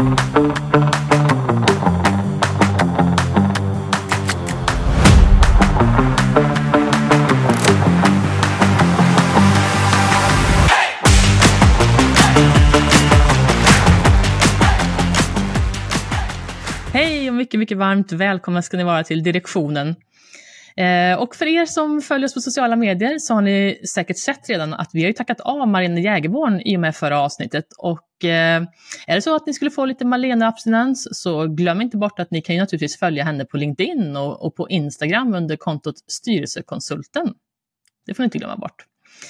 Mycket varmt välkomna ska ni vara till direktionen. Och för er som följer oss på sociala medier så har ni säkert sett redan att vi har ju tackat av Marlene Jägerborn i och med förra avsnittet. Och är det så att ni skulle få lite Marlene-abstinens så glöm inte bort att ni kan ju naturligtvis följa henne på LinkedIn och på Instagram under kontot Styrelsekonsulten. Det får ni inte glömma bort.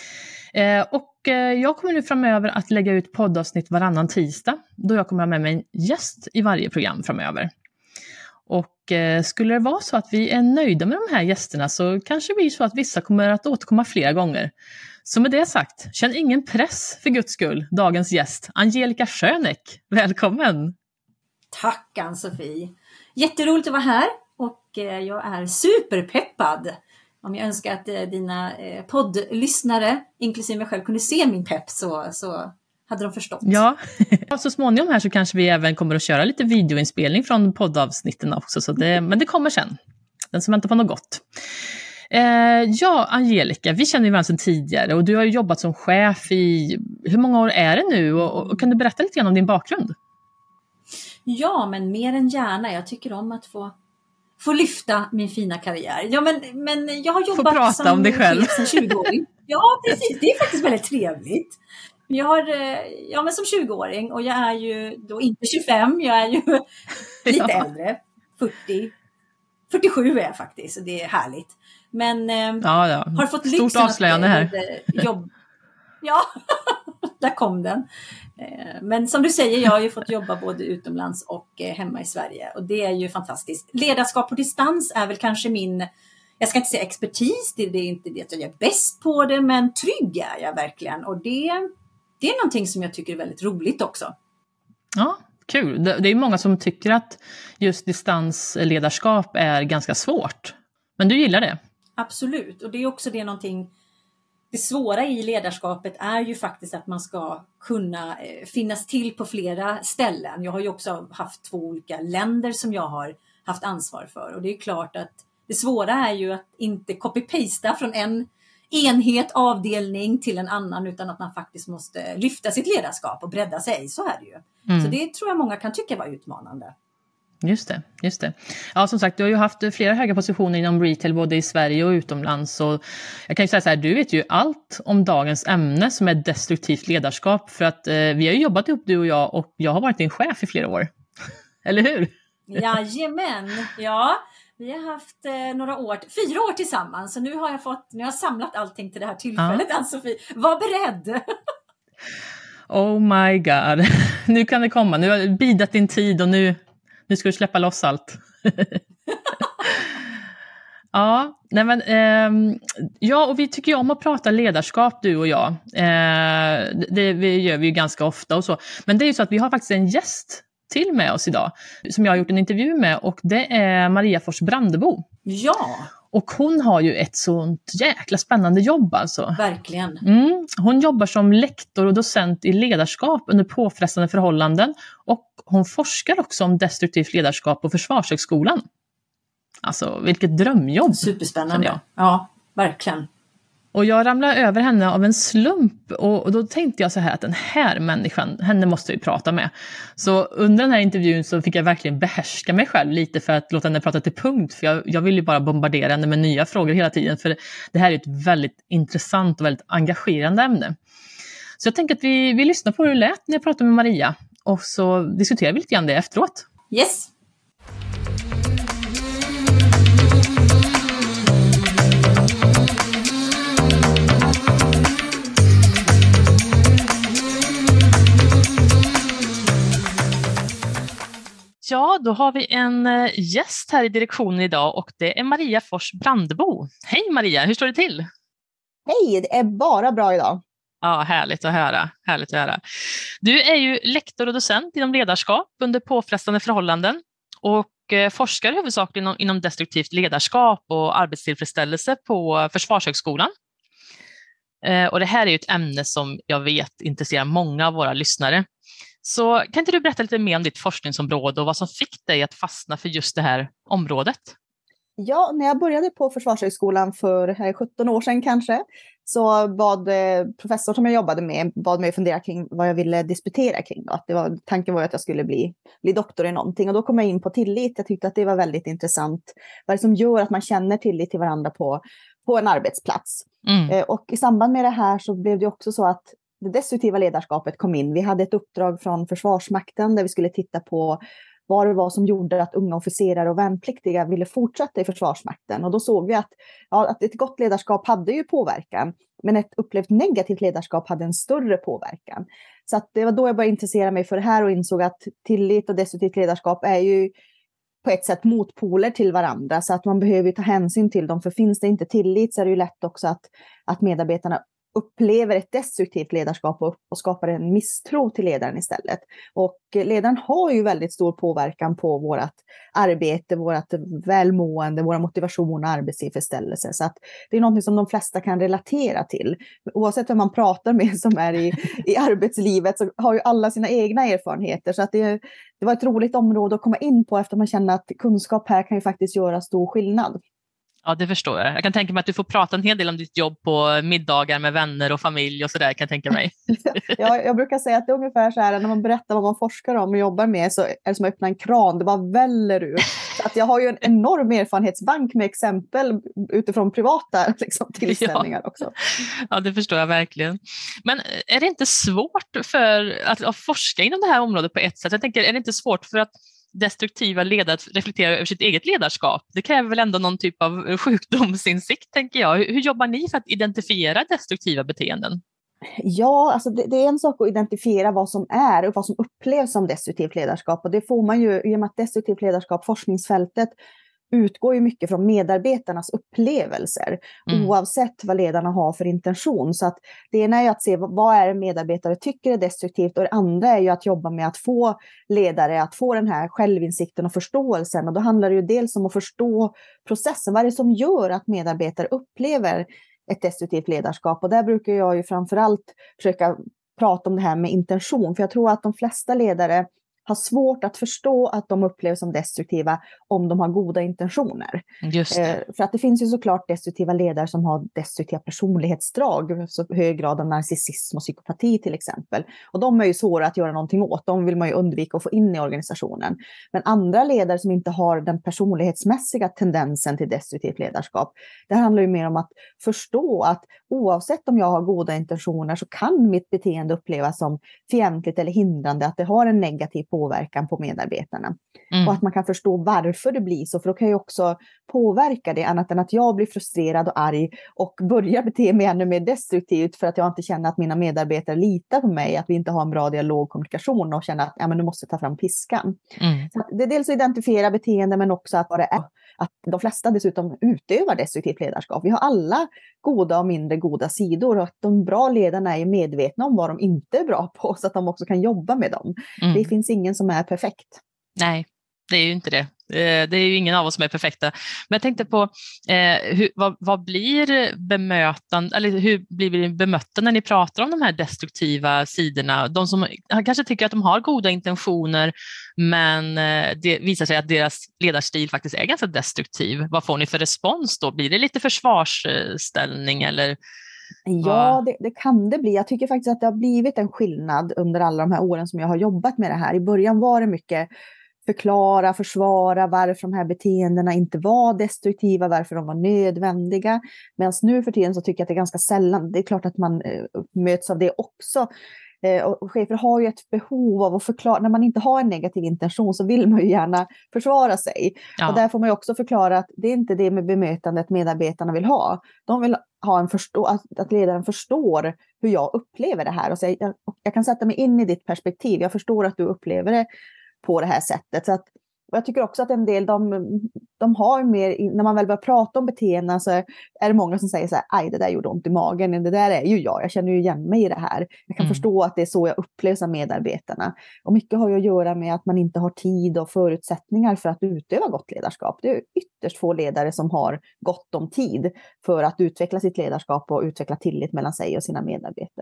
Och jag kommer nu framöver att lägga ut poddavsnitt varannan tisdag då jag kommer ha med mig en gäst i varje program framöver. Och skulle det vara så att vi är nöjda med de här gästerna så kanske det blir så att vissa kommer att återkomma flera gånger. Så med det sagt, känn ingen press för Guds skull, dagens gäst, Angelica Schöneck. Välkommen! Tack Ann-Sofie! Jätteroligt att vara här och jag är superpeppad. Om jag önskar att dina poddlyssnare, inklusive mig själv, kunde se min pepp så hade de förstått. Ja, så småningom här så kanske vi även kommer att köra lite videoinspelning från poddavsnitten också. Men det kommer sen. Den som väntar på något gott. Ja, Angelica, vi känner ju varandra sedan tidigare och du har ju jobbat som chef i, hur många år är det nu? Och kan du berätta lite grann om din bakgrund? Ja, men mer än gärna. Jag tycker om att få lyfta min fina karriär. Ja, men jag har jobbat som om dig själv. Sedan 20 år. Ja, precis. Det är faktiskt väldigt trevligt. Jag har, men som 20-åring och jag är ju då inte 25, jag är ju lite äldre, 47 är jag faktiskt och det är härligt. Men har fått lyxen stort avslöjande här. Jobb. Ja, där kom den. Men som du säger, jag har ju fått jobba både utomlands och hemma i Sverige och det är ju fantastiskt. Ledarskap på distans är väl kanske min, jag ska inte säga expertis, det är inte det att jag är bäst på det, men trygg är jag verkligen och det är någonting som jag tycker är väldigt roligt också. Ja, kul. Det är många som tycker att just distansledarskap är ganska svårt. Men du gillar det? Absolut. Och det är också någonting. Det svåra i ledarskapet är ju faktiskt att man ska kunna finnas till på flera ställen. Jag har ju också haft 2 olika länder som jag har haft ansvar för. Och det är klart att det svåra är ju att inte copy-pasta från en enhet, avdelning till en annan utan att man faktiskt måste lyfta sitt ledarskap och bredda sig, så är det ju. Så det tror jag många kan tycka var utmanande. Just det. Ja, som sagt, du har ju haft flera höga positioner inom retail både i Sverige och utomlands och jag kan ju säga så här, du vet ju allt om dagens ämne som är destruktivt ledarskap för att vi har ju jobbat ihop du och jag har varit din chef i flera år. Eller hur? Jajamän, ja. Vi har haft 4 år tillsammans. Så nu har jag samlat allting till det här tillfället, Ann-Sofie. Var beredd! Oh my god. Nu kan det komma. Nu har jag bidat din tid och nu ska du släppa loss allt. Ja, nej men, ja, och vi tycker ju om att prata ledarskap, du och jag. Det gör vi ju ganska ofta och så. Men det är ju så att vi har faktiskt en gäst till med oss idag som jag har gjort en intervju med och det är Maria Fors Brandebo. Ja. Och hon har ju ett sånt jäkla spännande jobb alltså. Verkligen. Hon jobbar som lektor och docent i ledarskap under påfrestande förhållanden och hon forskar också om destruktivt ledarskap på Försvarshögskolan. Alltså vilket drömjobb. Superspännande. Ja, verkligen. Och jag ramlade över henne av en slump och då tänkte jag så här att den här människan, henne måste vi prata med. Så under den här intervjun så fick jag verkligen behärska mig själv lite för att låta henne prata till punkt. För jag vill ju bara bombardera henne med nya frågor hela tiden för det här är ett väldigt intressant och väldigt engagerande ämne. Så jag tänker att vi lyssnar på hur det lät när jag pratade med Maria och så diskuterar vi lite grann det efteråt. Yes! Ja, då har vi en gäst här i direktionen idag och det är Maria Fors Brandebo. Hej Maria, hur står det till? Hej, det är bara bra idag. Ja, härligt att höra. Du är ju lektor och docent inom ledarskap under påfrestande förhållanden och forskar huvudsakligen inom destruktivt ledarskap och arbetstillfredsställelse på Försvarshögskolan. Och det här är ju ett ämne som jag vet intresserar många av våra lyssnare. Så kan inte du berätta lite mer om ditt forskningsområde och vad som fick dig att fastna för just det här området? Ja, när jag började på Försvarshögskolan för 17 år sedan kanske, så bad professor som jag jobbade med bad mig fundera kring vad jag ville disputera kring. Då. Tanken var att jag skulle bli doktor i någonting. Och då kom jag in på tillit. Jag tyckte att det var väldigt intressant. Vad är det som gör att man känner tillit till varandra på en arbetsplats? Och i samband med det här så blev det också så att det destruktiva ledarskapet kom in. Vi hade ett uppdrag från Försvarsmakten där vi skulle titta på vad det var som gjorde att unga officerare och värnpliktiga ville fortsätta i Försvarsmakten. Och då såg vi att ett gott ledarskap hade ju påverkan, men ett upplevt negativt ledarskap hade en större påverkan. Så att det var då jag började intressera mig för det här och insåg att tillit och destruktivt ledarskap är ju på ett sätt motpoler till varandra. Så att man behöver ta hänsyn till dem, för finns det inte tillit så är det ju lätt också att medarbetarna upplever ett destruktivt ledarskap och skapar en misstro till ledaren istället. Och ledaren har ju väldigt stor påverkan på vårt arbete, vårt välmående, vår motivation och arbetstillfredsställelse. Så att det är något som de flesta kan relatera till. Oavsett vem man pratar med som är i arbetslivet så har ju alla sina egna erfarenheter. Så att det var ett roligt område att komma in på efter man känner att kunskap här kan ju faktiskt göra stor skillnad. Ja, det förstår jag. Jag kan tänka mig att du får prata en hel del om ditt jobb på middagar med vänner och familj och sådär, kan jag tänka mig. Ja, jag brukar säga att det är ungefär så här när man berättar vad man forskar om och jobbar med så är det som att öppna en kran, det bara väller ut. Så att jag har ju en enorm erfarenhetsbank med exempel utifrån privata tillställningar också. Ja, det förstår jag verkligen. Men är det inte svårt för att forska inom det här området på ett sätt? Jag tänker, är det inte svårt för att destruktiva ledare att reflektera över sitt eget ledarskap? Det kräver väl ändå någon typ av sjukdomsinsikt, tänker jag. Hur jobbar ni för att identifiera destruktiva beteenden? Ja, alltså det är en sak att identifiera vad som är och vad som upplevs som destruktivt ledarskap. Och det får man ju i och med att destruktivt ledarskap, forskningsfältet, utgår ju mycket från medarbetarnas upplevelser oavsett vad ledarna har för intention. Så att det ena är ju att se vad är medarbetare tycker är destruktivt och det andra är ju att jobba med att få ledare att få den här självinsikten och förståelsen. Och då handlar det ju dels om att förstå processen. Vad är det som gör att medarbetare upplever ett destruktivt ledarskap? Och där brukar jag ju framförallt försöka prata om det här med intention. För jag tror att de flesta ledare har svårt att förstå att de upplevs som destruktiva om de har goda intentioner. Just det. För att det finns ju såklart destruktiva ledare som har destruktiva personlighetsdrag, så hög grad av narcissism och psykopati till exempel. Och de är ju svåra att göra någonting åt, de vill man ju undvika att få in i organisationen. Men andra ledare som inte har den personlighetsmässiga tendensen till destruktivt ledarskap, det handlar ju mer om att förstå att oavsett om jag har goda intentioner så kan mitt beteende upplevas som fientligt eller hindrande, att det har en negativ påverkan på medarbetarna. Och att man kan förstå varför det blir så, för då kan jag också påverka det annat än att jag blir frustrerad och arg och börjar bete mig ännu mer destruktivt för att jag inte känner att mina medarbetare litar på mig, att vi inte har en bra dialog och kommunikation och känner att men du måste ta fram piskan. Så att det är dels att identifiera beteende men också att vad det är. Att de flesta dessutom utövar destruktivt ledarskap. Vi har alla goda och mindre goda sidor och att de bra ledarna är medvetna om vad de inte är bra på så att de också kan jobba med dem. Det finns ingen som är perfekt. Nej, det är ju inte det. Det är ju ingen av oss som är perfekta. Men jag tänkte på vad blir bemötande, eller hur blir vi bemötta när ni pratar om de här destruktiva sidorna? De som kanske tycker att de har goda intentioner men det visar sig att deras ledarstil faktiskt är ganska destruktiv. Vad får ni för respons då? Blir det lite försvarsställning eller? Ja, det kan det bli. Jag tycker faktiskt att det har blivit en skillnad under alla de här åren som jag har jobbat med det här. I början var det mycket förklara, försvara varför de här beteendena inte var destruktiva, varför de var nödvändiga. Medan nu för tiden så tycker jag att det är ganska sällan. Det är klart att man möts av det också. Och chefer har ju ett behov av att förklara. När man inte har en negativ intention så vill man ju gärna försvara sig. Ja. Och där får man ju också förklara att det är inte det med bemötandet medarbetarna vill ha. De vill ha att ledaren förstår hur jag upplever det här. Och säga, jag kan sätta mig in i ditt perspektiv. Jag förstår att du upplever det på det här sättet. Så att, och jag tycker också att en del, de har mer, när man väl börjar prata om beteenden så är det många som säger så här, aj det där gjorde ont i magen, det där är ju jag känner ju igen mig i det här. Jag kan förstå att det är så jag upplevs av medarbetarna. Och mycket har ju att göra med att man inte har tid och förutsättningar för att utöva gott ledarskap. Det är ytterst få ledare som har gott om tid för att utveckla sitt ledarskap och utveckla tillit mellan sig och sina medarbetare.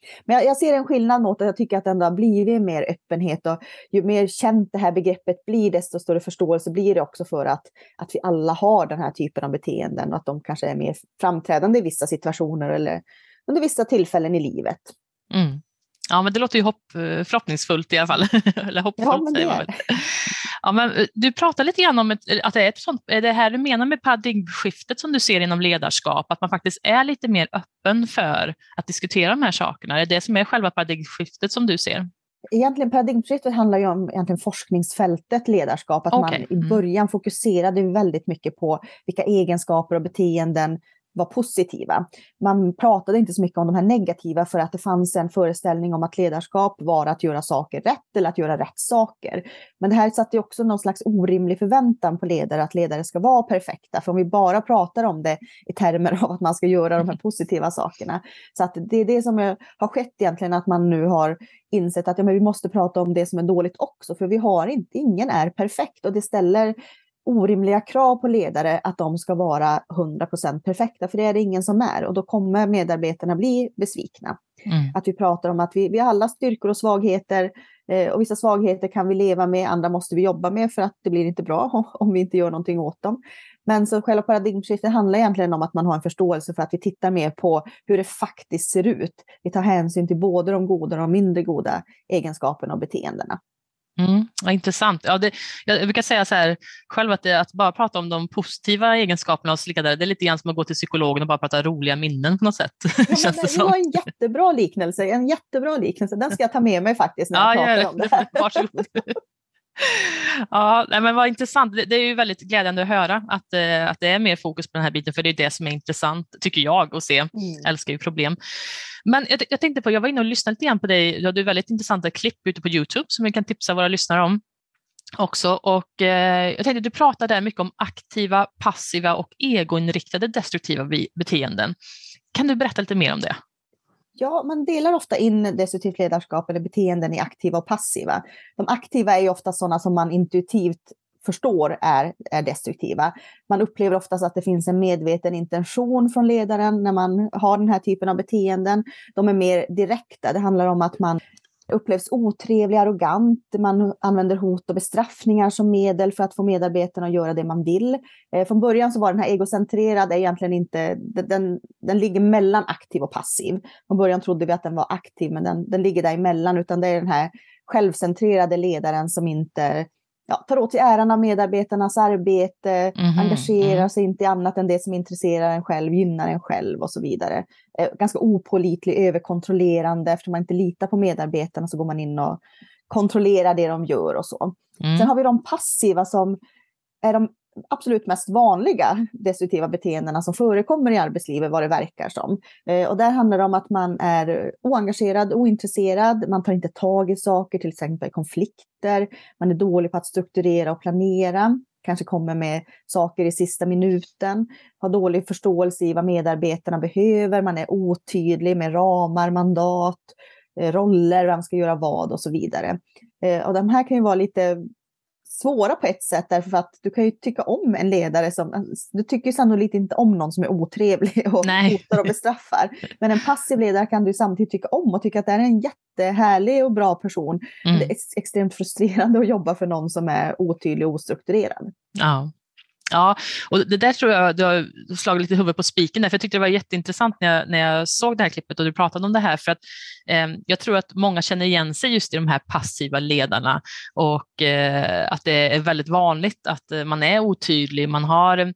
Men jag ser en skillnad mot att jag tycker att det ändå har blivit mer öppenhet, och ju mer känt det här begreppet blir, desto större förståelse blir det också för att vi alla har den här typen av beteenden, och att de kanske är mer framträdande i vissa situationer eller under vissa tillfällen i livet. Mm. Ja, men det låter ju förhoppningsfullt i alla fall. Eller hoppfullt, ja, men det är. Ja, men du pratar lite grann om att det är ett sånt, är det här du menar med paradigmskiftet som du ser inom ledarskap, att man faktiskt är lite mer öppen för att diskutera de här sakerna? Är det som är själva paradigmskiftet som du ser? Egentligen paradigmskiftet handlar ju om forskningsfältet ledarskap, att man i början fokuserade väldigt mycket på vilka egenskaper och beteenden var positiva. Man pratade inte så mycket om de här negativa, för att det fanns en föreställning om att ledarskap var att göra saker rätt eller att göra rätt saker. Men det här satte ju också någon slags orimlig förväntan på ledare, att ledare ska vara perfekta. För om vi bara pratar om det i termer av att man ska göra de här positiva sakerna. Så att det är det som har skett egentligen, att man nu har insett att men vi måste prata om det som är dåligt också. För vi har ingen är perfekt, och det ställer orimliga krav på ledare att de ska vara 100% perfekta, för det är det ingen som är, och då kommer medarbetarna bli besvikna. Att vi pratar om att vi har alla styrkor och svagheter, och vissa svagheter kan vi leva med, andra måste vi jobba med för att det blir inte bra om vi inte gör någonting åt dem. Men så själva paradigmskiftet handlar egentligen om att man har en förståelse för att vi tittar mer på hur det faktiskt ser ut. Vi tar hänsyn till både de goda och de mindre goda egenskaperna och beteendena. Ja, intressant. Ja, jag brukar säga så här själv, att bara prata om de positiva egenskaperna och så likadär, det är lite grann som att gå till psykologen och bara prata roliga minnen på något sätt. Ja, känns det var en jättebra liknelse. Den ska jag ta med mig faktiskt när jag pratar om det här. Varsågod. Ja, men vad intressant. Det är ju väldigt glädjande att höra att det är mer fokus på den här biten, för det är det som är intressant, tycker jag, att se. Jag älskar ju problem. Men jag tänkte på, jag var inne och lyssnade lite grann på dig. Du hade väldigt intressanta klipp ute på YouTube som vi kan tipsa våra lyssnare om också. Och jag tänkte, du pratade där mycket om aktiva, passiva och egoinriktade destruktiva beteenden. Kan du berätta lite mer om det? Ja, man delar ofta in destruktivt ledarskap eller beteenden i aktiva och passiva. De aktiva är ju ofta sådana som man intuitivt förstår är destruktiva. Man upplever oftast att det finns en medveten intention från ledaren när man har den här typen av beteenden. De är mer direkta. Det handlar om att man upplevs otrevlig, arrogant. Man använder hot och bestraffningar som medel för att få medarbetarna att göra det man vill. Från början så var den här egocentrerad egentligen inte, den ligger mellan aktiv och passiv. Från början trodde vi att den var aktiv, men den ligger däremellan, utan det är den här självcentrerade ledaren som inte tar åt sig äran av medarbetarnas arbete, engagerar sig inte i annat än det som intresserar en själv, gynnar en själv och så vidare. Ganska opålitlig, överkontrollerande, eftersom man inte litar på medarbetarna så går man in och kontrollerar det de gör och så. Sen har vi de passiva som är de absolut mest vanliga destruktiva beteendena som förekommer i arbetslivet, vad det verkar som. Och där handlar det om att man är oengagerad, ointresserad, man tar inte tag i saker, till exempel konflikter, man är dålig på att strukturera och planera, kanske kommer med saker i sista minuten, har dålig förståelse i vad medarbetarna behöver, man är otydlig med ramar, mandat, roller, vem ska göra vad och så vidare. Och de här kan ju vara lite svåra på ett sätt, därför att du kan ju tycka om en ledare du tycker sannolikt inte om någon som är otrevlig och hotar och bestraffar. Men en passiv ledare kan du samtidigt tycka om och tycka att det är en jättehärlig och bra person. Det är extremt frustrerande att jobba för någon som är otydlig och ostrukturerad. Ja, och det där tror jag du har slagit lite huvudet på spiken där, för jag tyckte det var jätteintressant när jag såg det här klippet och du pratade om det här, för att jag tror att många känner igen sig just i de här passiva ledarna, och att det är väldigt vanligt att man är otydlig, man har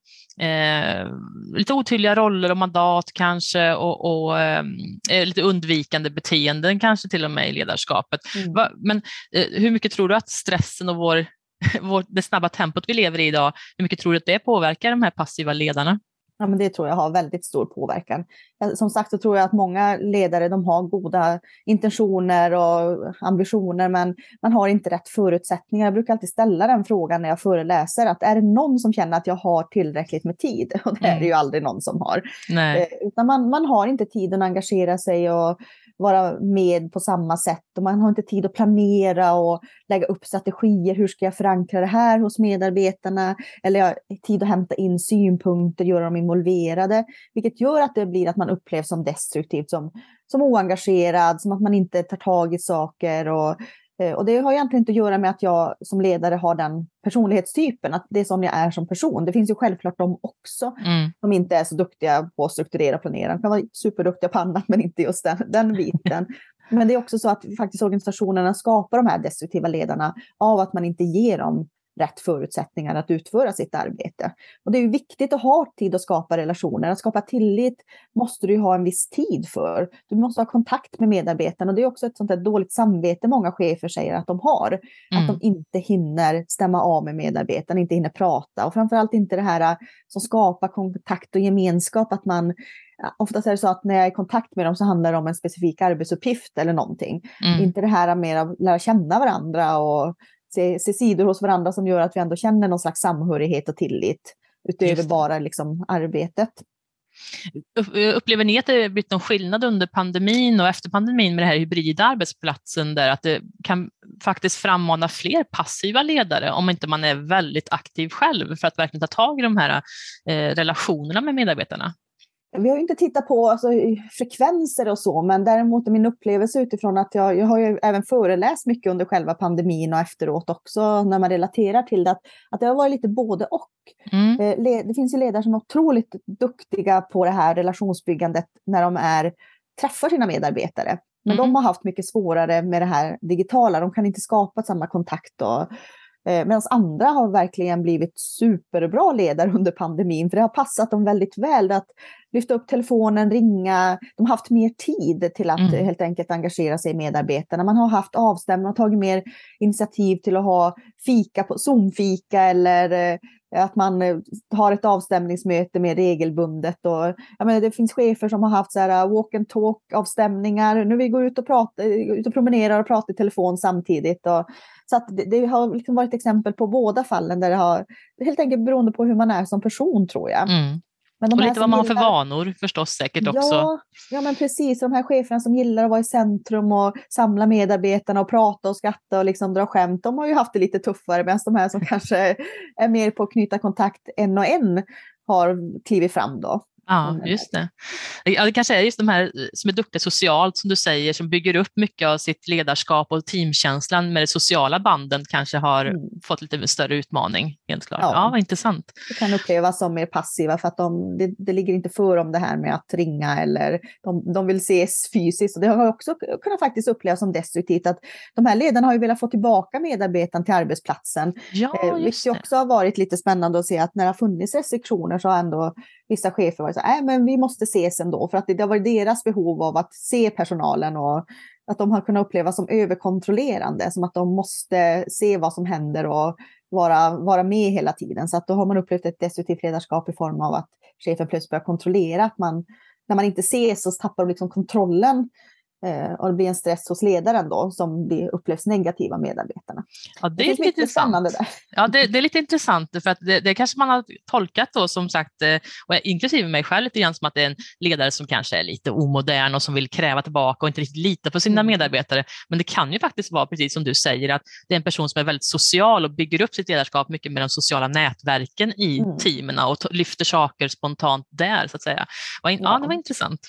lite otydliga roller och mandat kanske, och lite undvikande beteenden kanske till och med i ledarskapet. Men hur mycket tror du att stressen och det snabba tempot vi lever i idag, hur mycket tror du att det påverkar de här passiva ledarna? Ja, men det tror jag har väldigt stor påverkan. Som sagt så tror jag att många ledare, de har goda intentioner och ambitioner, men man har inte rätt förutsättningar. Jag brukar alltid ställa den frågan när jag föreläser, att är det någon som känner att jag har tillräckligt med tid? Och det är det ju aldrig någon som har. Nej. Utan man har inte tiden att engagera sig och vara med på samma sätt. Och man har inte tid att planera och lägga upp strategier. Hur ska jag förankra det här hos medarbetarna? Eller jag har tid att hämta in synpunkter, göra dem involverade. Vilket gör att det blir att man upplevs som destruktivt, som oengagerad, som att man inte tar tag i saker. Och det har egentligen inte att göra med att jag som ledare har den personlighetstypen, att det är som jag är som person. Det finns ju självklart de också som inte är så duktiga på att strukturera och planera. De kan vara superduktiga på annat men inte just den biten. Men det är också så att faktiskt organisationerna skapar de här destruktiva ledarna av att man inte ger dem rätt förutsättningar att utföra sitt arbete. Och det är ju viktigt att ha tid att skapa relationer. Att skapa tillit måste du ha en viss tid för. Du måste ha kontakt med medarbetarna. Och det är också ett sånt där dåligt samvete många chefer säger att de har. Att de inte hinner stämma av med medarbetarna, inte hinner prata. Och framförallt inte det här som skapar kontakt och gemenskap. Att man, oftast är det så att när jag är i kontakt med dem så handlar det om en specifik arbetsuppgift eller någonting. Inte det här med att lära känna varandra och se sidor hos varandra som gör att vi ändå känner någon slags samhörighet och tillit utöver bara liksom arbetet. Upplever ni att det har blivit någon skillnad under pandemin och efter pandemin med det här hybrida arbetsplatsen där att det kan faktiskt frammana fler passiva ledare om inte man är väldigt aktiv själv för att verkligen ta tag i de här relationerna med medarbetarna? Vi har ju inte tittat på frekvenser och så, men däremot är min upplevelse utifrån att jag har ju även föreläst mycket under själva pandemin och efteråt också när man relaterar till det, att det har varit lite både och. Det finns ju ledare som är otroligt duktiga på det här relationsbyggandet när de träffar sina medarbetare. Men de har haft mycket svårare med det här digitala, de kan inte skapa samma kontakt medan andra har verkligen blivit superbra ledare under pandemin. För det har passat dem väldigt väl att lyfta upp telefonen, ringa. De har haft mer tid till att helt enkelt engagera sig i medarbetarna. Man har haft avstämningar och tagit mer initiativ till att ha fika på Zoom-fika eller att man har ett avstämningsmöte mer regelbundet. Och, jag menar, det finns chefer som har haft så här walk and talk avstämningar. Nu vi går ut och promenerar och pratar i telefon samtidigt. Så att det har liksom varit exempel på båda fallen där det har helt enkelt beroende på hur man är som person tror jag. Men och lite vad man har för vanor förstås säkert också. Ja, men precis. De här cheferna som gillar att vara i centrum och samla medarbetarna och prata och skratta och liksom dra skämt. De har ju haft det lite tuffare medan de här som kanske är mer på att knyta kontakt en och en har klivit fram då. Ja, just det. Ja, det kanske är just de här som är duktiga socialt som du säger, som bygger upp mycket av sitt ledarskap och teamkänslan med de sociala banden kanske har fått lite större utmaning, helt klart. Ja, vad intressant. Det kan upplevas som mer passiva för att det ligger inte för om det här med att ringa eller de vill ses fysiskt. Och det har också kunnat faktiskt upplevas som destruktivt att de här ledarna har ju velat få tillbaka medarbetaren till arbetsplatsen. Vilket också har varit lite spännande att se att när det har funnits restriktioner så har ändå vissa chefer varit så men vi måste ses ändå för att det har varit deras behov av att se personalen och att de har kunnat uppleva som överkontrollerande, som att de måste se vad som händer och vara med hela tiden. Så att då har man upplevt ett destruktivt ledarskap i form av att chefen plötsligt börjar kontrollera att när man inte ses så tappar de liksom kontrollen. Och det blir en stress hos ledaren då som upplevs negativa av medarbetarna. Ja, det är lite intressant. Där. Ja, det är lite intressant för att det kanske man har tolkat då som sagt, och inklusive mig själv lite grann som att det är en ledare som kanske är lite omodern och som vill kräva tillbaka och inte riktigt lita på sina medarbetare. Men det kan ju faktiskt vara precis som du säger att det är en person som är väldigt social och bygger upp sitt ledarskap mycket med de sociala nätverken i teamen och lyfter saker spontant där så att säga. Ja, det var intressant.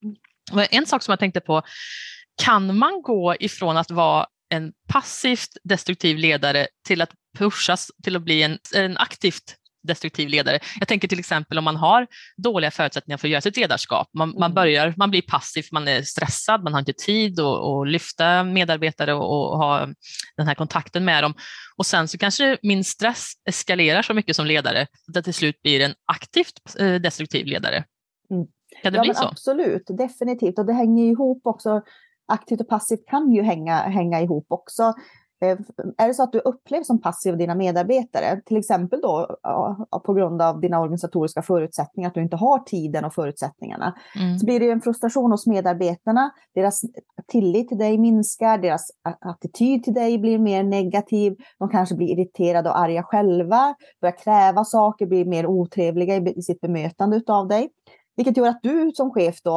En sak som jag tänkte på, kan man gå ifrån att vara en passivt destruktiv ledare till att pushas till att bli en aktivt destruktiv ledare? Jag tänker till exempel om man har dåliga förutsättningar för att göra sitt ledarskap. Man blir passiv, man är stressad, man har inte tid att lyfta medarbetare och ha den här kontakten med dem. Och sen så kanske min stress eskalerar så mycket som ledare att det till slut blir en aktivt destruktiv ledare. Kan det bli så? Absolut, definitivt. Och det hänger ihop också. Aktivt och passivt kan ju hänga ihop också. Är det så att du upplevs som passiv av dina medarbetare, till exempel då på grund av dina organisatoriska förutsättningar, att du inte har tiden och förutsättningarna, så blir det ju en frustration hos medarbetarna. Deras tillit till dig minskar, deras attityd till dig blir mer negativ. De kanske blir irriterade och arga själva, börjar kräva saker, blir mer otrevliga i sitt bemötande utav dig. Vilket gör att du som chef då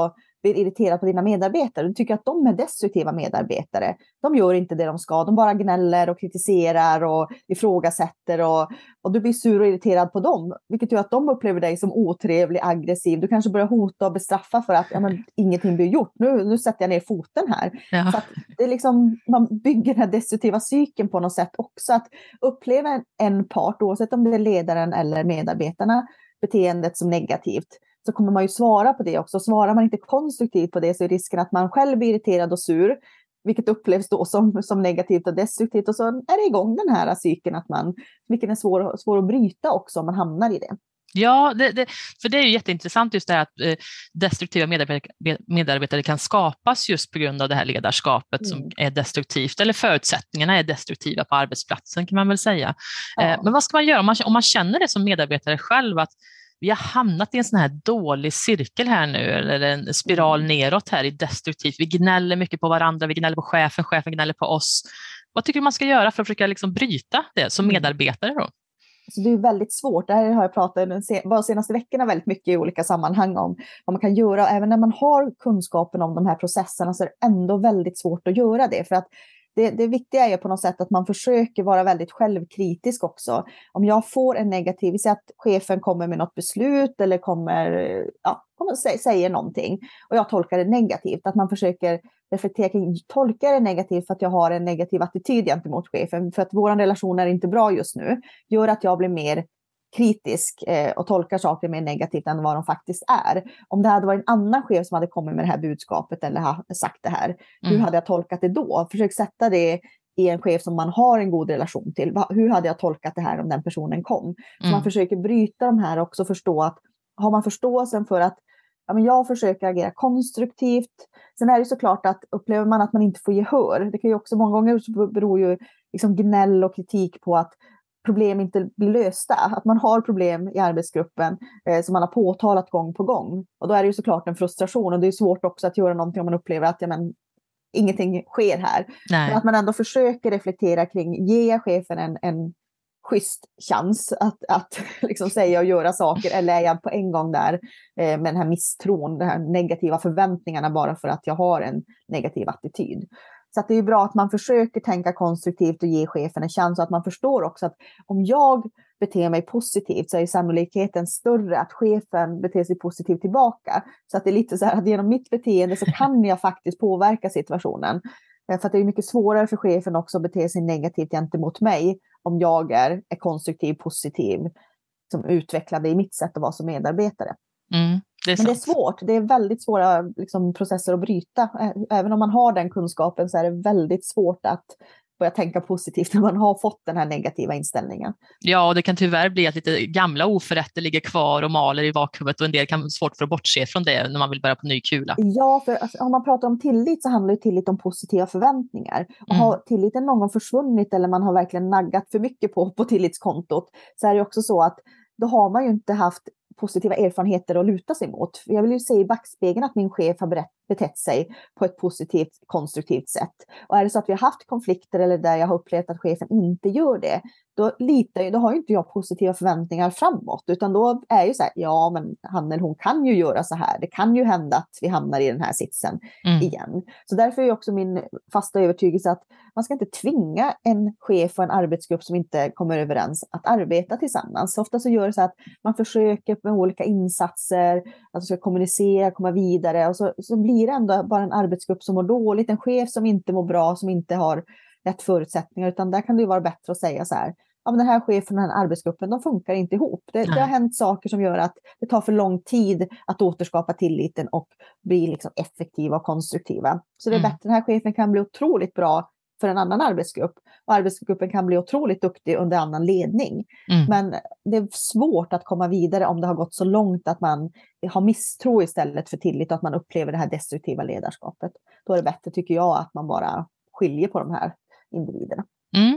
blir irriterad på dina medarbetare. Du tycker att de är destruktiva medarbetare. De gör inte det de ska. De bara gnäller och kritiserar och ifrågasätter. Och du blir sur och irriterad på dem. Vilket gör att de upplever dig som otrevlig, aggressiv. Du kanske börjar hota och bestraffa för att ingenting blir gjort. Nu sätter jag ner foten här. Ja. Så att det är liksom, man bygger den här destruktiva cykeln på något sätt också. Att uppleva en part, oavsett om det är ledaren eller medarbetarna, beteendet som negativt, så kommer man ju svara på det också. Svarar man inte konstruktivt på det så är risken att man själv blir irriterad och sur, vilket upplevs då som negativt och destruktivt. Och så är det igång den här cykeln, vilken är svår att bryta också om man hamnar i det. Ja, för det är ju jätteintressant just det här att destruktiva medarbetare kan skapas just på grund av det här ledarskapet som är destruktivt, eller förutsättningarna är destruktiva på arbetsplatsen kan man väl säga. Ja. Men vad ska man göra om man känner det som medarbetare själv, att vi har hamnat i en sån här dålig cirkel här nu, eller en spiral neråt här i destruktivt. Vi gnäller mycket på varandra, vi gnäller på chefen gnäller på oss. Vad tycker du man ska göra för att försöka liksom bryta det som medarbetare då? Så det är väldigt svårt. Det här har jag pratat de senaste veckorna väldigt mycket i olika sammanhang om vad man kan göra. Även när man har kunskapen om de här processerna så är det ändå väldigt svårt att göra det. För att det viktiga är på något sätt att man försöker vara väldigt självkritisk också. Om jag får en negativ, vi säger att chefen kommer med något beslut eller säger någonting och jag tolkar det negativt. Att man försöker reflektera kring, tolkar det negativt för att jag har en negativ attityd gentemot chefen, för att vår relation är inte bra just nu, gör att jag blir mer kritisk och tolkar saker mer negativt än vad de faktiskt är. Om det hade varit en annan chef som hade kommit med det här budskapet eller sagt det här, hur hade jag tolkat det då? Försök sätta det i en chef som man har en god relation till. Hur hade jag tolkat det här om den personen kom? Så man försöker bryta de här också, förstå att har man förståelsen för att jag försöker agera konstruktivt. Sen är det såklart att upplever man att man inte får gehör, det kan ju också många gånger så beror ju liksom gnäll och kritik på att problem inte blir lösta. Att man har problem i arbetsgruppen som man har påtalat gång på gång. Och då är det ju såklart en frustration. Och det är svårt också att göra någonting om man upplever att ingenting sker här. Nej. Men att man ändå försöker reflektera kring, ge chefen en schysst chans att liksom säga och göra saker. Eller är jag på en gång där med den här misstron, de här negativa förväntningarna bara för att jag har en negativ attityd. Så att det är bra att man försöker tänka konstruktivt och ge chefen en chans. Och att man förstår också att om jag beter mig positivt så är sannolikheten större att chefen beter sig positivt tillbaka. Så att det är lite så här att genom mitt beteende så kan jag faktiskt påverka situationen. För att det är mycket svårare för chefen också att bete sig negativt gentemot mig om jag är konstruktiv, positiv, som utvecklade i mitt sätt att vara som medarbetare. Men det är svårt. Det är väldigt svåra processer att bryta. Även om man har den kunskapen så är det väldigt svårt att börja tänka positivt när man har fått den här negativa inställningen. Ja, och det kan tyvärr bli att lite gamla oförrätter ligger kvar och maler i bakhuvudet och en del kan vara svårt för att bortse från det när man vill börja på ny kula. Ja, för om man pratar om tillit så handlar ju tillit om positiva förväntningar. Och har tilliten någon gång försvunnit eller man har verkligen naggat för mycket på tillitskontot så är det också så att då har man ju inte haft positiva erfarenheter att luta sig mot. Jag vill ju se i backspegeln att min chef har betett sig på ett positivt, konstruktivt sätt. Och är det så att vi har haft konflikter eller där jag har upplevt att chefen inte gör det, då har ju inte jag positiva förväntningar framåt. Utan då är ju så här, ja men han eller hon kan ju göra så här. Det kan ju hända att vi hamnar i den här sitsen igen. Så därför är också min fasta övertygelse att man ska inte tvinga en chef och en arbetsgrupp som inte kommer överens att arbeta tillsammans. Så ofta så gör det så att man försöker med olika insatser, att ska kommunicera, komma vidare. Och så blir det ändå bara en arbetsgrupp som mår dåligt, en chef som inte mår bra, som inte har rätt förutsättningar. Utan där kan det ju vara bättre att säga så här, ja men den här chefen och den här arbetsgruppen, de funkar inte ihop. Det har hänt saker som gör att det tar för lång tid att återskapa tilliten och bli liksom effektiva och konstruktiva. Så det är bättre, den här chefen kan bli otroligt bra för en annan arbetsgrupp. Och arbetsgruppen kan bli otroligt duktig under annan ledning. Men det är svårt att komma vidare om det har gått så långt att man har misstro istället för tillit och att man upplever det här destruktiva ledarskapet. Då är det bättre, tycker jag, att man bara skiljer på de här individerna.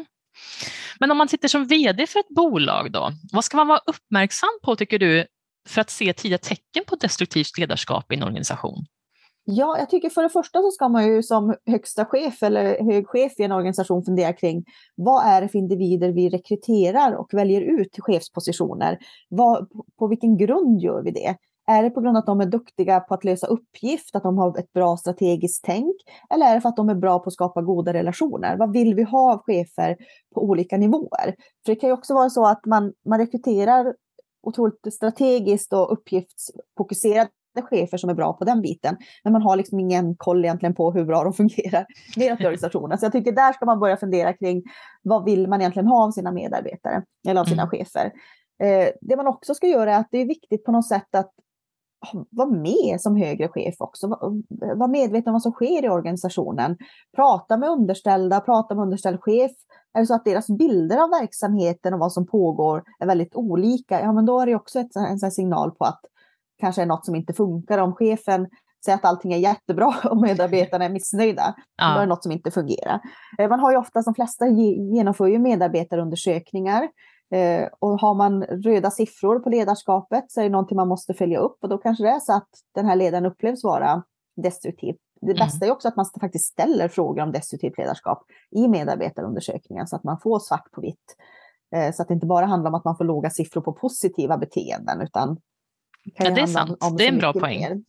Men om man sitter som vd för ett bolag då, vad ska man vara uppmärksam på tycker du för att se tidiga tecken på destruktivt ledarskap i en organisation? Ja, jag tycker för det första så ska man ju som högsta chef eller hög chef i en organisation fundera kring vad är det för individer vi rekryterar och väljer ut till chefspositioner. På vilken grund gör vi det? Är det på grund av att de är duktiga på att lösa uppgift, att de har ett bra strategiskt tänk? Eller är det för att de är bra på att skapa goda relationer? Vad vill vi ha av chefer på olika nivåer? För det kan ju också vara så att man rekryterar otroligt strategiskt och uppgiftsfokuserade chefer som är bra på den biten. Men man har liksom ingen koll egentligen på hur bra de fungerar med organisationen. Så jag tycker där ska man börja fundera kring vad vill man egentligen ha av sina medarbetare eller av sina chefer. Det man också ska göra är att det är viktigt på något sätt att vara med som högre chef också. Vara medveten om vad som sker i organisationen. Prata med underställda, prata med underställd chef. Är det så att deras bilder av verksamheten och vad som pågår är väldigt olika, ja men då är det också en signal på att kanske är något som inte funkar. Om chefen säger att allting är jättebra och medarbetarna är missnöjda, då är det något som inte fungerar. Man har ju ofta, som flesta genomför ju medarbetarundersökningar. Och har man röda siffror på ledarskapet så är det någonting man måste följa upp, och då kanske det är så att den här ledaren upplevs vara destruktiv. Det bästa är också att man faktiskt ställer frågor om destruktivt ledarskap i medarbetarundersökningen så att man får svart på vitt. Så att det inte bara handlar om att man får låga siffror på positiva beteenden, utan det är sant. Det är en bra poäng.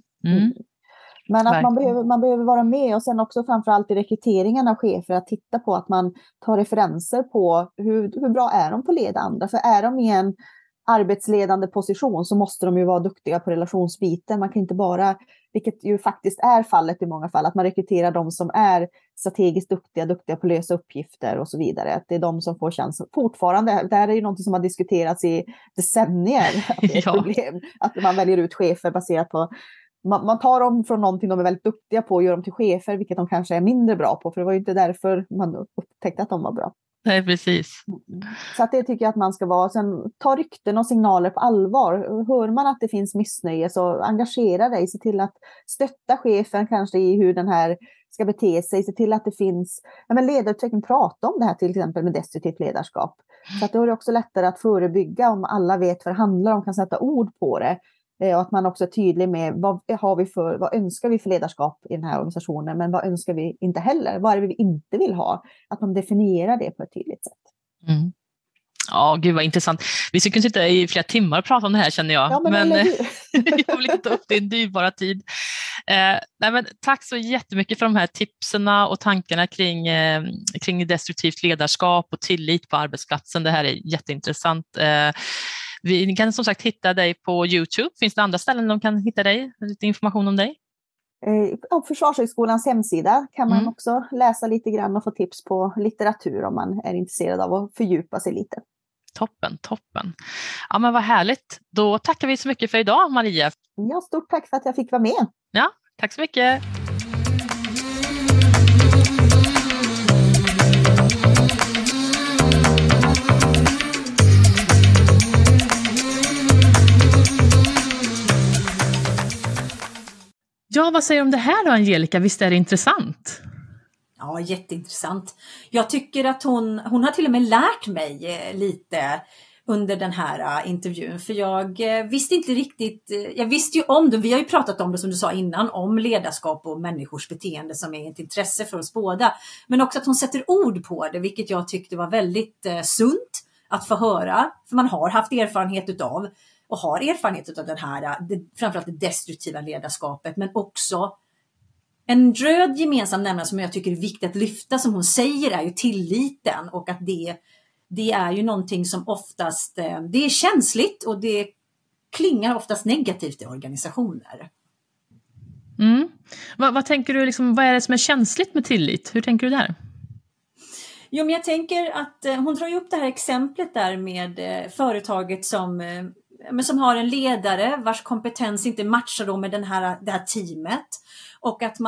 Men att man behöver vara med, och sen också framförallt i rekryteringen av chefer att titta på att man tar referenser på hur bra är de på att leda andra. För är de i en arbetsledande position så måste de ju vara duktiga på relationsbiten. Man kan inte bara, vilket ju faktiskt är fallet i många fall, att man rekryterar de som är strategiskt duktiga på att lösa uppgifter och så vidare. Att det är de som får chansen. Fortfarande, det här är ju något som har diskuterats i decennier. Att det är ett problem. Att man väljer ut chefer baserat på, man tar dem från någonting de är väldigt duktiga på och gör dem till chefer, vilket de kanske är mindre bra på. För det var ju inte därför man upptäckte att de var bra. Nej, precis. Så att det tycker jag att man ska vara. Sen ta rykten och signaler på allvar. Hör man att det finns missnöje så engagera dig. Se till att stötta chefen kanske i hur den här ska bete sig. Se till att det finns ledarutveckling. Prata om det här till exempel med destruktivt ledarskap. Så att det är också lättare att förebygga om alla vet vad det handlar om, kan sätta ord på det. Och att man också är tydlig med vad önskar vi för ledarskap i den här organisationen, men vad önskar vi inte heller? Vad är det vi inte vill ha? Att man definierar det på ett tydligt sätt. Ja, gud vad intressant. Vi skulle kunna sitta i flera timmar och prata om det här, känner jag. Ja, men jag vill inte ta upp din dyrbara tid. Tack så jättemycket för de här tipserna och tankarna kring destruktivt ledarskap och tillit på arbetsplatsen. Det här är jätteintressant. Vi kan som sagt hitta dig på YouTube. Finns det andra ställen de kan hitta dig? Lite information om dig? På Försvarshögskolans hemsida kan man också läsa lite grann och få tips på litteratur om man är intresserad av att fördjupa sig lite. Toppen. Ja, men vad härligt. Då tackar vi så mycket för idag, Maria. Ja, stort tack för att jag fick vara med. Ja, tack så mycket. Ja, vad säger du om det här då, Angelica? Visst är det intressant? Ja, jätteintressant. Jag tycker att hon har till och med lärt mig lite under den här intervjun. För jag visste inte riktigt, jag visste ju om det, vi har ju pratat om det som du sa innan, om ledarskap och människors beteende som är ett intresse för oss båda. Men också att hon sätter ord på det, vilket jag tyckte var väldigt sunt att få höra. För man har haft erfarenhet utav och har erfarenhet av den här, framförallt det destruktiva ledarskapet, men också en röd gemensam nämnare som jag tycker är viktigt att lyfta, som hon säger, är ju tilliten, och att det är ju någonting som oftast, det är känsligt och det klingar oftast negativt i organisationer. Vad tänker du, vad är det som är känsligt med tillit? Hur tänker du där? Jo, men jag tänker att hon drar ju upp det här exemplet där med företaget som har en ledare vars kompetens inte matchar då med det här teamet, och att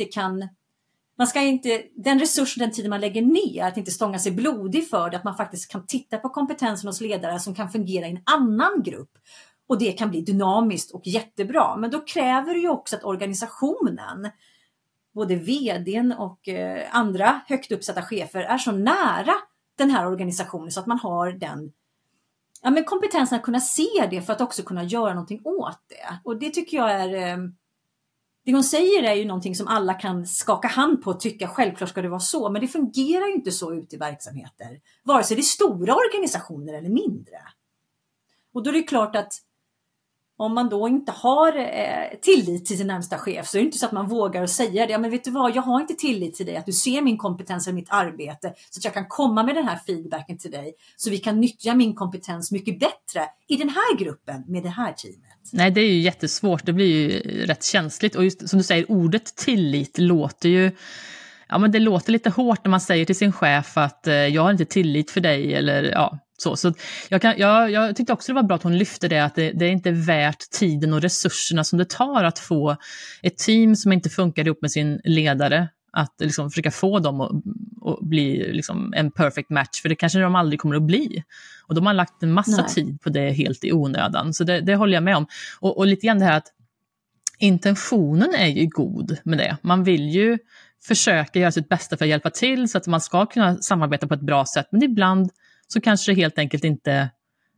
den resurs, den tiden man lägger ner, att inte stånga sig blodig för det, att man faktiskt kan titta på kompetensen hos ledare som kan fungera i en annan grupp, och det kan bli dynamiskt och jättebra. Men då kräver det ju också att organisationen, både vdn och andra högt uppsatta chefer, är så nära den här organisationen så att man har den kompetensen att kunna se det för att också kunna göra någonting åt det. Och det tycker jag är, det hon säger är ju någonting som alla kan skaka hand på och tycka självklart ska det vara så. Men det fungerar ju inte så ute i verksamheter, vare sig det är stora organisationer eller mindre. Och då är det klart att Om man då inte har tillit till sin närmsta chef, så är det inte så att man vågar säga det. Ja, men vet du vad, jag har inte tillit till dig, att du ser min kompetens och mitt arbete, så att jag kan komma med den här feedbacken till dig, så vi kan nyttja min kompetens mycket bättre i den här gruppen med det här teamet. Nej, det är ju jättesvårt, det blir ju rätt känsligt. Och just som du säger, ordet tillit låter ju... Ja, men det låter lite hårt när man säger till sin chef att jag har inte tillit för dig, eller ja, så jag tyckte också det var bra att hon lyfte det, att det är inte värt tiden och resurserna som det tar att få ett team som inte funkar ihop med sin ledare, att liksom försöka få dem att bli liksom en perfect match, för det kanske de aldrig kommer att bli. Och de har lagt en massa tid på det helt i onödan, så det håller jag med om. Och lite grann det här att intentionen är ju god med det. Man vill ju försöka göra sitt bästa för att hjälpa till så att man ska kunna samarbeta på ett bra sätt, men ibland så kanske det helt enkelt inte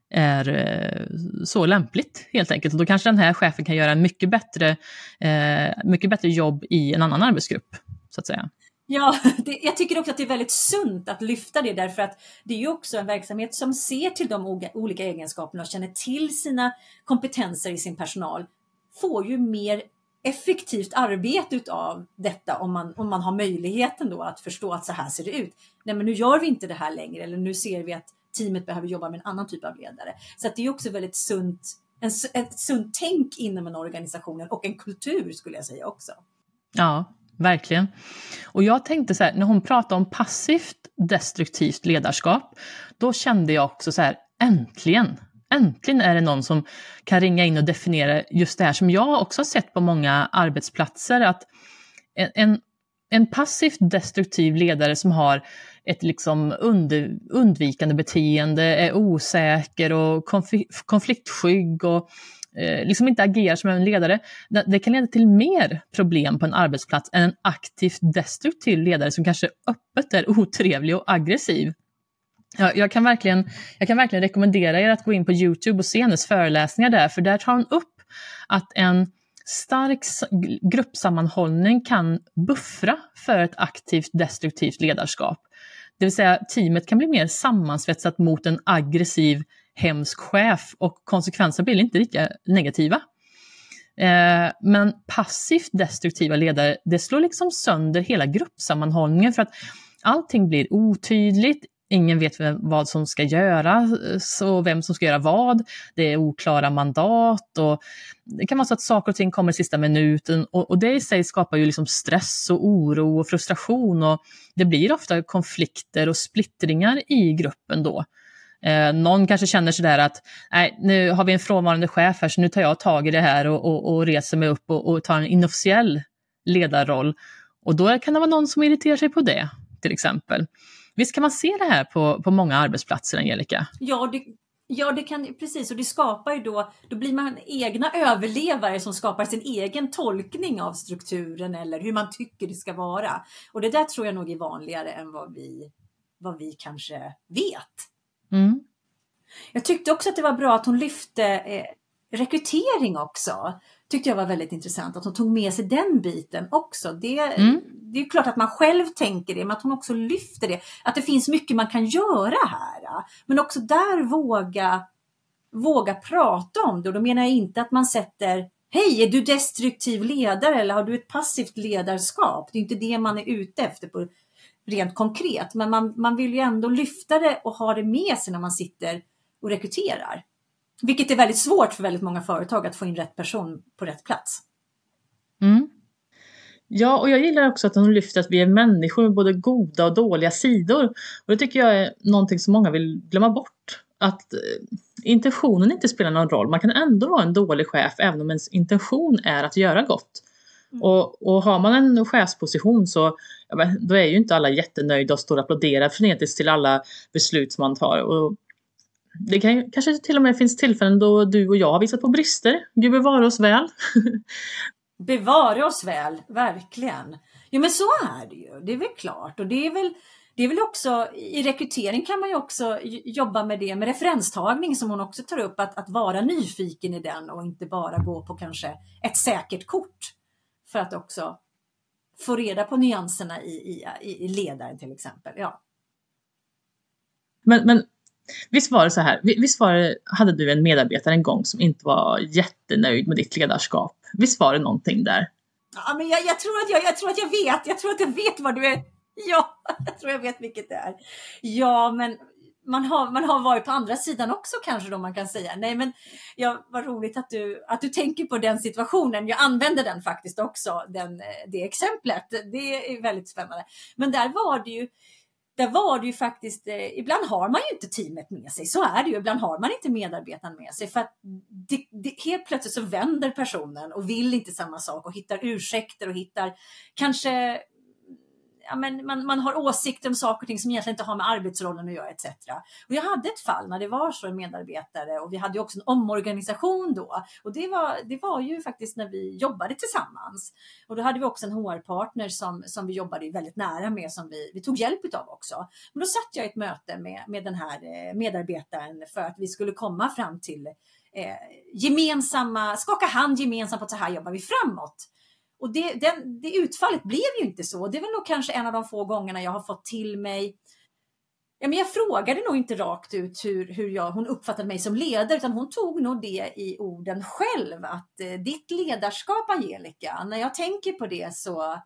är så lämpligt helt enkelt. Och då kanske den här chefen kan göra en mycket bättre jobb i en annan arbetsgrupp, så att säga. Ja, jag tycker också att det är väldigt sunt att lyfta det, därför att det är ju också en verksamhet som ser till de olika egenskaperna och känner till sina kompetenser i sin personal, får ju mer effektivt arbete utav detta om man har möjligheten då att förstå att så här ser det ut. Nej, men nu gör vi inte det här längre, eller nu ser vi att teamet behöver jobba med en annan typ av ledare. Så att det är också väldigt ett sunt tänk inom en organisation och en kultur, skulle jag säga också. Ja, verkligen. Och jag tänkte så här, när hon pratade om passivt destruktivt ledarskap, då kände jag också så här, äntligen är det någon som kan ringa in och definiera just det här som jag också har sett på många arbetsplatser, att en passivt destruktiv ledare som har ett liksom undvikande beteende, är osäker och konfliktskygg och liksom inte agerar som en ledare, det kan leda till mer problem på en arbetsplats än en aktivt destruktiv ledare som kanske öppet är otrevlig och aggressiv. Jag kan verkligen rekommendera er att gå in på YouTube och se hennes föreläsningar där, för där tar hon upp att en stark gruppsammanhållning kan buffra för ett aktivt destruktivt ledarskap. Det vill säga teamet kan bli mer sammansvetsat mot en aggressiv, hemsk chef, och konsekvenser blir inte lika negativa. Men passivt destruktiva ledare, det slår liksom sönder hela gruppsammanhållningen, för att allting blir otydligt. Ingen vet vad som ska göras och vem som ska göra vad. Det är oklara mandat och det kan vara så att saker och ting kommer i sista minuten, och det i sig skapar ju liksom stress och oro och frustration, och det blir ofta konflikter och splittringar i gruppen då. Någon kanske känner sig där att nej, nu har vi en frånvarande chef här, så nu tar jag tag i det här och reser mig upp och tar en inofficiell ledarroll, och då kan det vara någon som irriterar sig på det till exempel. Visst kan man se det här på många arbetsplatser, Angelica? Ja, det kan precis, och det skapar ju då blir man egna överlevare som skapar sin egen tolkning av strukturen eller hur man tycker det ska vara. Och det där tror jag nog är vanligare än vad vi kanske vet. Mm. Jag tyckte också att det var bra att hon lyfte rekrytering också. Tyckte jag var väldigt intressant att hon tog med sig den biten också. Det är klart att man själv tänker det, men att hon också lyfter det. Att det finns mycket man kan göra här. Men också där våga prata om det. Och då menar jag inte att man sätter, hej, är du destruktiv ledare eller har du ett passivt ledarskap? Det är inte det man är ute efter på rent konkret. Men man vill ju ändå lyfta det och ha det med sig när man sitter och rekryterar. Vilket är väldigt svårt för väldigt många företag att få in rätt person på rätt plats. Mm. Ja, och jag gillar också att hon lyfter att vi är människor med både goda och dåliga sidor. Och det tycker jag är någonting som många vill glömma bort. Att intentionen inte spelar någon roll. Man kan ändå vara en dålig chef även om ens intention är att göra gott. Mm. Och har man en chefsposition så då är ju inte alla jättenöjda och står och applåderar frenetiskt till alla beslut som man tar. Och det kanske till och med finns tillfällen då du och jag har visat på brister. Gud bevara oss väl. Bevara oss väl, verkligen. Jo, men så är det ju. Det är väl klart. Och det är väl också, i rekrytering kan man ju också jobba med det, med referenstagning som hon också tar upp. Att vara nyfiken i den och inte bara gå på kanske ett säkert kort. För att också få reda på nyanserna i ledaren till exempel. Ja. Men Visst var det så här, hade du en medarbetare en gång som inte var jättenöjd med ditt ledarskap? Visst var det någonting där? Ja, men jag tror att jag vet vad du är. Ja, jag tror jag vet vilket det är. Ja, men man har varit på andra sidan också kanske då man kan säga. Nej, men vad roligt att du tänker på den situationen. Jag använder den faktiskt också, det exemplet. Det är väldigt spännande. Men där var det ju faktiskt, ibland har man ju inte teamet med sig, så är det ju. Ibland har man inte medarbetaren med sig för att helt plötsligt så vänder personen och vill inte samma sak och hittar ursäkter och hittar kanske, ja, men man har åsikter om saker och ting som egentligen inte har med arbetsrollen att göra etc. Och jag hade ett fall när det var så en medarbetare och vi hade ju också en omorganisation då. Och det var ju faktiskt när vi jobbade tillsammans. Och då hade vi också en HR-partner som vi jobbade väldigt nära med, som vi tog hjälp av också. Men då satt jag i ett möte med den här medarbetaren för att vi skulle komma fram till skaka hand gemensamt på att så här jobbar vi framåt. Och det utfallet blev ju inte så. Det är väl nog kanske en av de få gångerna jag har fått till mig. Ja, men jag frågade nog inte rakt ut hur hon uppfattade mig som ledare, utan hon tog nog det i orden själv. Att ditt ledarskap, Angelica, när jag tänker på det så...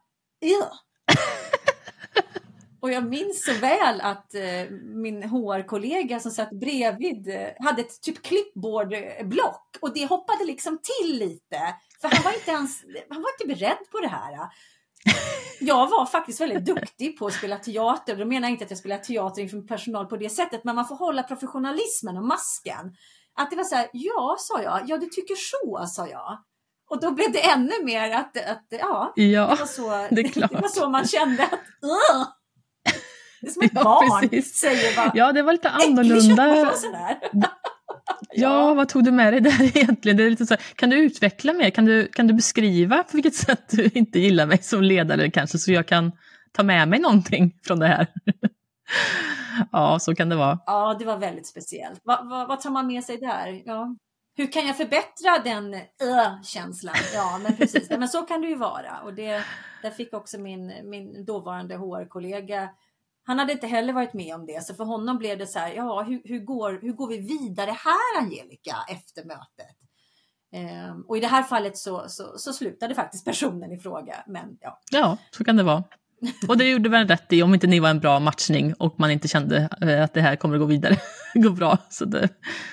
Och jag minns så väl att min HR-kollega som satt bredvid hade ett typ klippbordblock. Och det hoppade liksom till lite. För han var inte beredd på det här. Jag var faktiskt väldigt duktig på att spela teater. Då menar jag inte att jag spelar teater inför personal på det sättet. Men man får hålla professionalismen och masken. Att det var så här, ja, sa jag. Ja, du tycker så, sa jag. Och då blev det ännu mer att det var så, det var så man kände att... Det är som ett barn precis. Säger bara... Ja, det var lite annorlunda. Ja, vad tog du med dig där egentligen? Det är lite så, kan du utveckla mer? Kan du beskriva på vilket sätt du inte gillar mig som ledare kanske, så jag kan ta med mig någonting från det här? Ja, så kan det vara. Ja, det var väldigt speciellt. Vad tar man med sig där? Ja. Hur kan jag förbättra den känslan? Ja, men precis. Men så kan det ju vara. Och där fick också min dåvarande HR-kollega. Han hade inte heller varit med om det. Så för honom blev det så här, ja, hur går vi vidare här, Angelica, efter mötet? Och i det här fallet så slutade faktiskt personen i fråga. Men, ja, så kan det vara. Och det gjorde väl rätt i, om inte ni var en bra matchning och man inte kände att det här kommer att gå vidare. gå bra. Så det...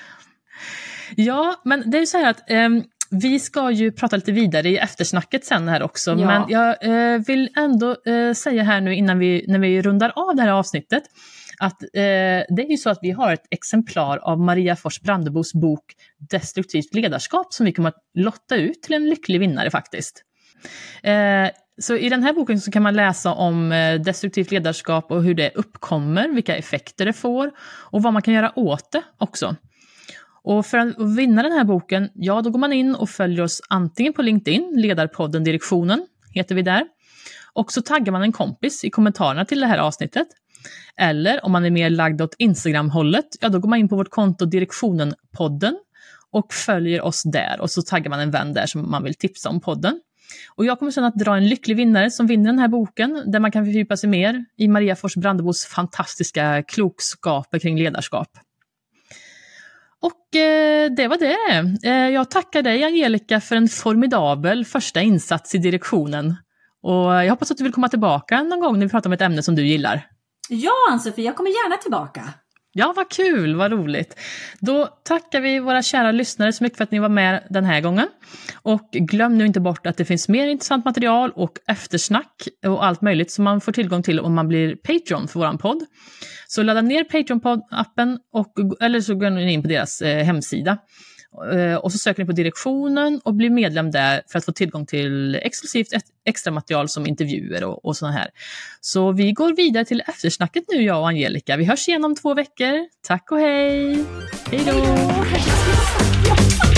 Ja, men det är ju så här att... Vi ska ju prata lite vidare i eftersnacket sen här också, ja. Men jag vill ändå säga här nu innan när vi rundar av det här avsnittet att det är ju så att vi har ett exemplar av Maria Fors Brandebos bok Destruktivt ledarskap som vi kommer att lotta ut till en lycklig vinnare faktiskt. Så i den här boken så kan man läsa om destruktivt ledarskap och hur det uppkommer, vilka effekter det får och vad man kan göra åt det också. Och för att vinna den här boken, ja, då går man in och följer oss antingen på LinkedIn, Ledarpodden Direktionen heter vi där. Och så taggar man en kompis i kommentarerna till det här avsnittet. Eller om man är mer lagd åt Instagram-hållet, ja, då går man in på vårt konto Direktionen-podden och följer oss där. Och så taggar man en vän där som man vill tipsa om podden. Och jag kommer sedan att dra en lycklig vinnare som vinner den här boken, där man kan fördjupa sig mer i Maria Fors Brandebos fantastiska klokskaper kring ledarskap. Och det var det. Jag tackar dig, Angelica, för en formidabel första insats i direktionen. Och jag hoppas att du vill komma tillbaka någon gång när vi pratar om ett ämne som du gillar. Ja, Ann-Sofie, jag kommer gärna tillbaka. Ja, vad kul, vad roligt. Då tackar vi våra kära lyssnare så mycket för att ni var med den här gången. Och glöm nu inte bort att det finns mer intressant material och eftersnack och allt möjligt som man får tillgång till om man blir Patreon för våran podd. Så ladda ner Patreon-appen eller så går ni in på deras hemsida. Och så söker ni på direktionen och blir medlem där för att få tillgång till exklusivt extra material som intervjuer och såna här. Så vi går vidare till eftersnacket nu, jag och Angelica. Vi hörs igen om 2 veckor. Tack och hej! Hej då!